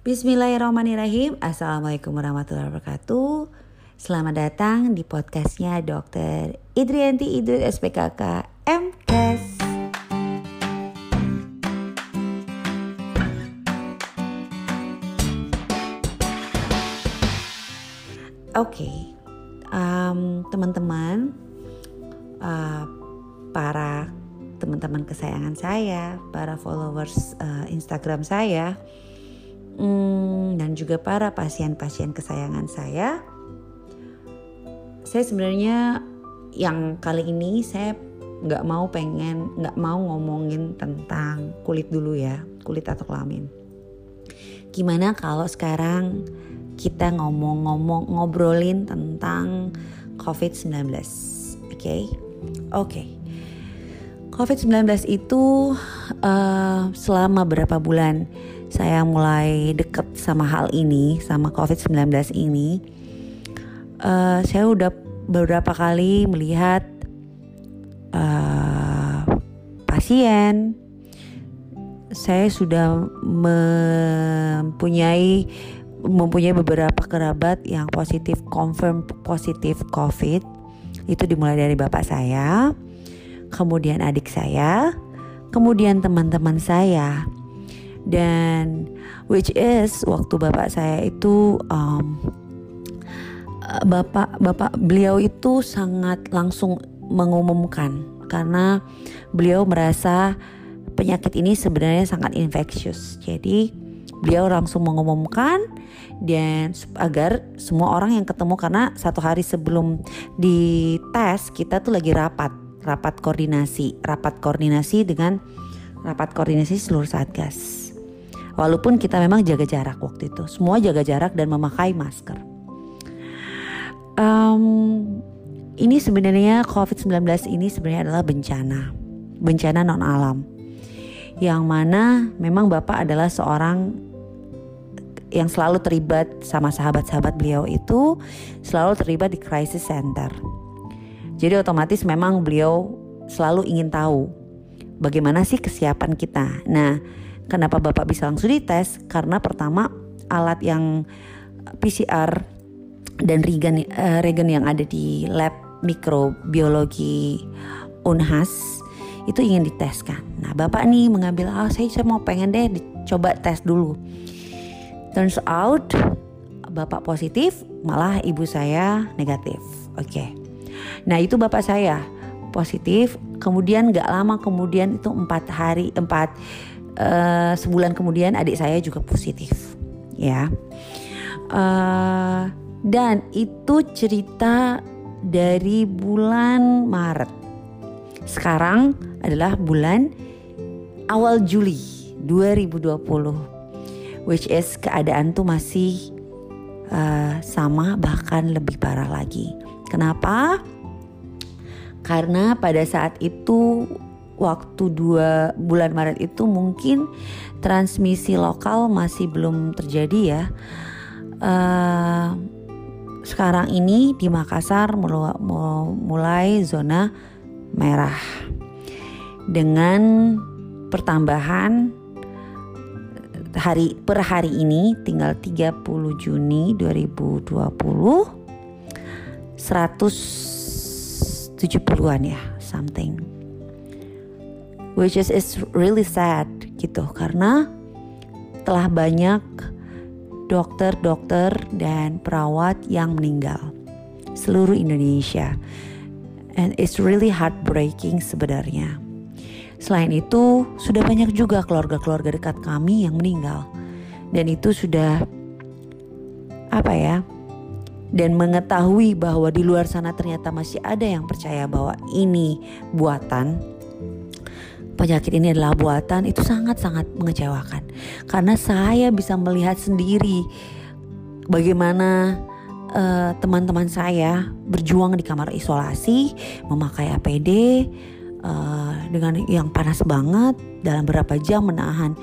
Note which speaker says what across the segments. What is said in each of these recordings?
Speaker 1: Bismillahirrahmanirrahim. Assalamualaikum warahmatullahi wabarakatuh. Selamat datang di podcastnya Dr. Idrianti Idrus SPKK MKes. Oke, teman-teman, para teman-teman kesayangan saya, para followers Instagram saya, dan juga para pasien-pasien kesayangan saya sebenarnya yang kali ini saya nggak mau ngomongin tentang kulit dulu ya, kulit atau kelamin. Gimana kalau sekarang kita ngobrolin tentang COVID-19, Oke. COVID-19 itu selama berapa bulan saya mulai deket sama hal ini, sama COVID-19 ini, saya udah beberapa kali melihat pasien. Saya sudah mempunyai beberapa kerabat yang confirm positif COVID. Itu dimulai dari bapak saya, kemudian adik saya, kemudian teman-teman saya. Dan which is waktu bapak saya itu bapak beliau itu sangat langsung mengumumkan karena beliau merasa penyakit ini sebenarnya sangat infectious. Jadi beliau langsung mengumumkan dan agar semua orang yang ketemu, karena satu hari sebelum dites kita tuh lagi rapat koordinasi seluruh Satgas. Walaupun kita memang jaga jarak waktu itu, semua jaga jarak dan memakai masker. Ini sebenarnya COVID-19 ini sebenarnya adalah bencana non alam, yang mana memang Bapak adalah seorang yang selalu terlibat sama sahabat-sahabat beliau itu, selalu terlibat di crisis center. Jadi otomatis memang beliau selalu ingin tahu bagaimana sih kesiapan kita. Nah, kenapa Bapak bisa langsung dites? Karena pertama alat yang PCR dan regen yang ada di lab mikrobiologi Unhas itu ingin diteskan. Nah, Bapak nih mengambil, saya mau pengen deh dicoba tes dulu. Turns out Bapak positif, malah ibu saya negatif. Oke. Nah, itu Bapak saya positif. Kemudian gak lama kemudian itu sebulan kemudian adik saya juga positif, ya. Dan itu cerita dari bulan Maret. Sekarang adalah bulan awal Juli 2020, which is keadaan tuh masih sama, bahkan lebih parah lagi. Kenapa? Karena pada saat itu waktu 2 bulan Maret itu mungkin transmisi lokal masih belum terjadi ya. Sekarang ini di Makassar mulai zona merah dengan pertambahan per hari ini tinggal 30 Juni 2020 170-an ya, something, which is really sad gitu, karena telah banyak dokter dan perawat yang meninggal seluruh Indonesia, and it's really heartbreaking sebenarnya. Selain itu sudah banyak juga keluarga-keluarga dekat kami yang meninggal, dan itu sudah dan mengetahui bahwa di luar sana ternyata masih ada yang percaya bahwa ini buatan, penyakit ini adalah buatan, itu sangat-sangat mengecewakan. Karena saya bisa melihat sendiri bagaimana teman-teman saya berjuang di kamar isolasi, memakai APD dengan yang panas banget, dalam beberapa jam menahan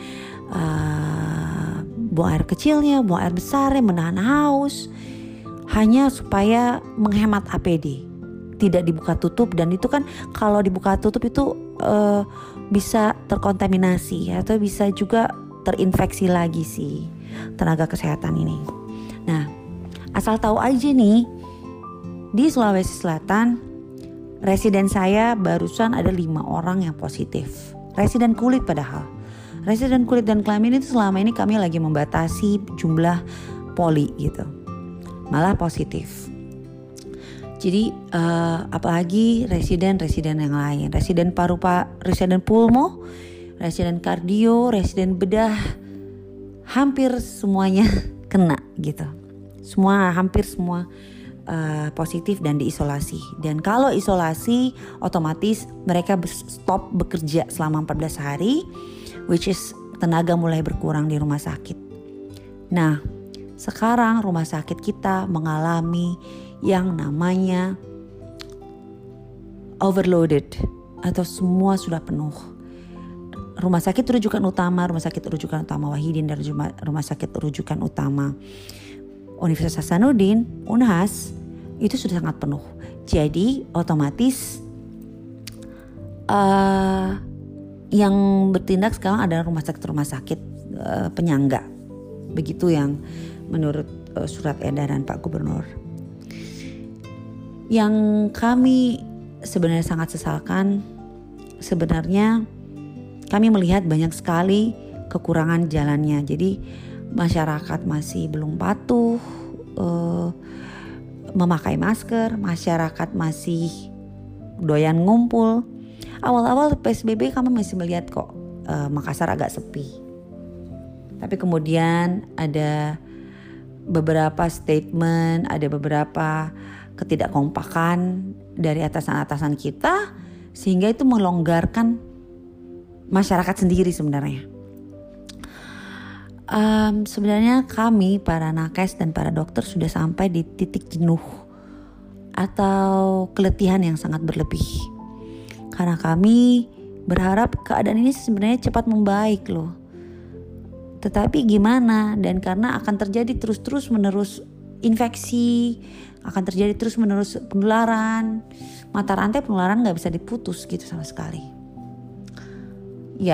Speaker 1: buang air kecilnya, buang air besarnya, menahan haus, hanya supaya menghemat APD, tidak dibuka tutup. Dan itu kan kalau dibuka tutup itu bisa terkontaminasi atau bisa juga terinfeksi lagi si tenaga kesehatan ini. Nah, asal tahu aja nih, di Sulawesi Selatan residen saya barusan ada 5 orang yang positif. Residen kulit padahal. Residen kulit dan kelamin itu selama ini kami lagi membatasi jumlah poli gitu. Malah positif. Jadi apalagi residen yang lain. Residen residen pulmo, residen kardio, residen bedah. Hampir semuanya kena gitu. Hampir semua positif dan diisolasi. Dan kalau isolasi otomatis mereka stop bekerja selama 14 hari, which is tenaga mulai berkurang di rumah sakit. Nah, sekarang rumah sakit kita mengalami yang namanya overloaded atau semua sudah penuh. Rumah sakit rujukan utama Wahidin dan rumah sakit rujukan utama Universitas Hasanuddin, Unhas, itu sudah sangat penuh. Jadi otomatis yang bertindak sekarang adalah rumah sakit penyangga. Begitu yang menurut surat edaran Pak Gubernur. Yang kami sebenarnya sangat sesalkan, sebenarnya kami melihat banyak sekali kekurangan jalannya. Jadi masyarakat masih belum patuh memakai masker, masyarakat masih doyan ngumpul. Awal-awal PSBB kami masih melihat kok Makassar agak sepi. Tapi kemudian ada beberapa statement, ada beberapa ketidakkompakan dari atasan-atasan kita sehingga itu melonggarkan masyarakat sendiri sebenarnya. Sebenarnya kami para nakes dan para dokter sudah sampai di titik jenuh atau keletihan yang sangat berlebih. Karena kami berharap keadaan ini sebenarnya cepat membaik loh. Tetapi gimana? Dan karena akan terjadi terus menerus infeksi, akan terjadi terus menerus penularan. Mata rantai penularan gak bisa diputus gitu sama sekali. Ya,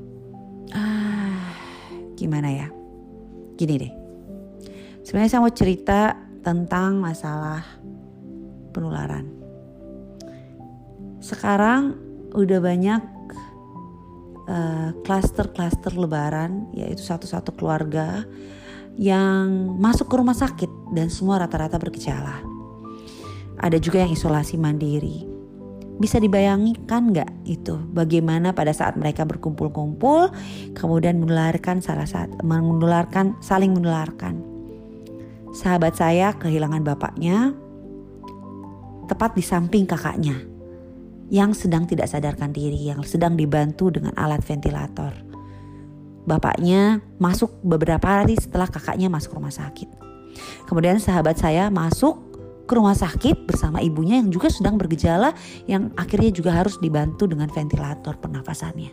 Speaker 1: gimana ya? Gini deh. Sebenarnya saya mau cerita tentang masalah penularan. Sekarang udah banyak klaster-klaster lebaran, yaitu satu-satu keluarga yang masuk ke rumah sakit dan semua rata-rata bergejala. Ada juga yang isolasi mandiri. Bisa dibayangkan gak itu bagaimana pada saat mereka berkumpul-kumpul kemudian saling menularkan. Sahabat saya kehilangan bapaknya tepat di samping kakaknya yang sedang tidak sadarkan diri, yang sedang dibantu dengan alat ventilator. Bapaknya masuk beberapa hari setelah kakaknya masuk rumah sakit. Kemudian sahabat saya masuk ke rumah sakit bersama ibunya yang juga sedang bergejala, yang akhirnya juga harus dibantu dengan ventilator pernafasannya.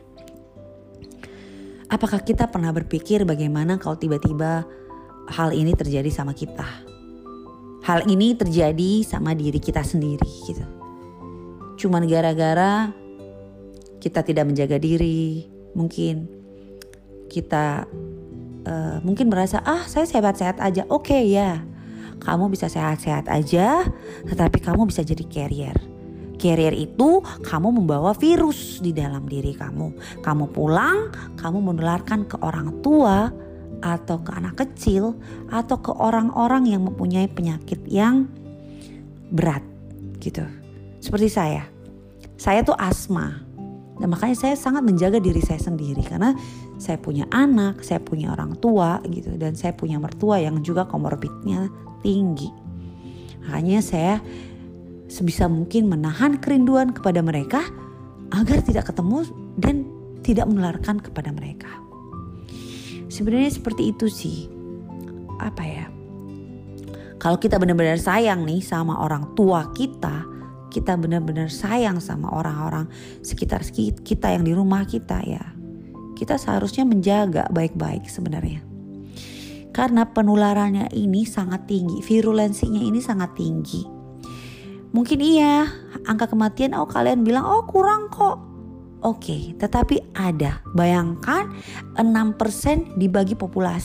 Speaker 1: Apakah kita pernah berpikir bagaimana kalau tiba-tiba hal ini terjadi sama kita? Hal ini terjadi sama diri kita sendiri gitu. Cuman gara-gara kita tidak menjaga diri, mungkin kita mungkin merasa saya sehat-sehat aja. Oke, ya. Kamu bisa sehat-sehat aja, tetapi kamu bisa jadi carrier. Carrier itu kamu membawa virus di dalam diri kamu. Kamu pulang, kamu menularkan ke orang tua atau ke anak kecil atau ke orang-orang yang mempunyai penyakit yang berat gitu. Seperti saya tuh asma. Dan makanya saya sangat menjaga diri saya sendiri karena saya punya anak, saya punya orang tua gitu, dan saya punya mertua yang juga komorbidnya tinggi. Makanya saya sebisa mungkin menahan kerinduan kepada mereka agar tidak ketemu dan tidak menularkan kepada mereka. Sebenarnya seperti itu sih. Apa ya? Kalau kita benar-benar sayang nih sama orang tua kita benar-benar sayang sama orang-orang sekitar kita yang di rumah kita ya. Kita seharusnya menjaga baik-baik sebenarnya. Karena penularannya ini sangat tinggi, virulensinya ini sangat tinggi. Mungkin iya, angka kematian kalian bilang kurang kok. Oke, tetapi ada. Bayangkan 6% dibagi populasi.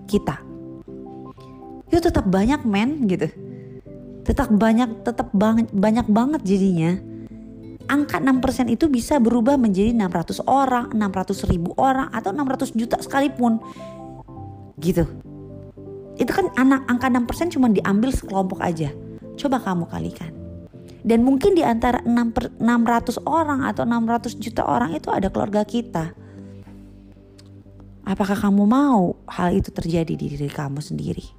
Speaker 1: kita. Itu tetap banyak men gitu. Tetap banyak banget jadinya. Angka 6% itu bisa berubah menjadi 600 orang, 600 ribu orang, atau 600 juta sekalipun. Gitu. Itu kan angka 6% cuma diambil sekelompok aja. Coba kamu kalikan. Dan mungkin di antara 600 orang atau 600 juta orang itu ada keluarga kita. Apakah kamu mau hal itu terjadi di diri kamu sendiri?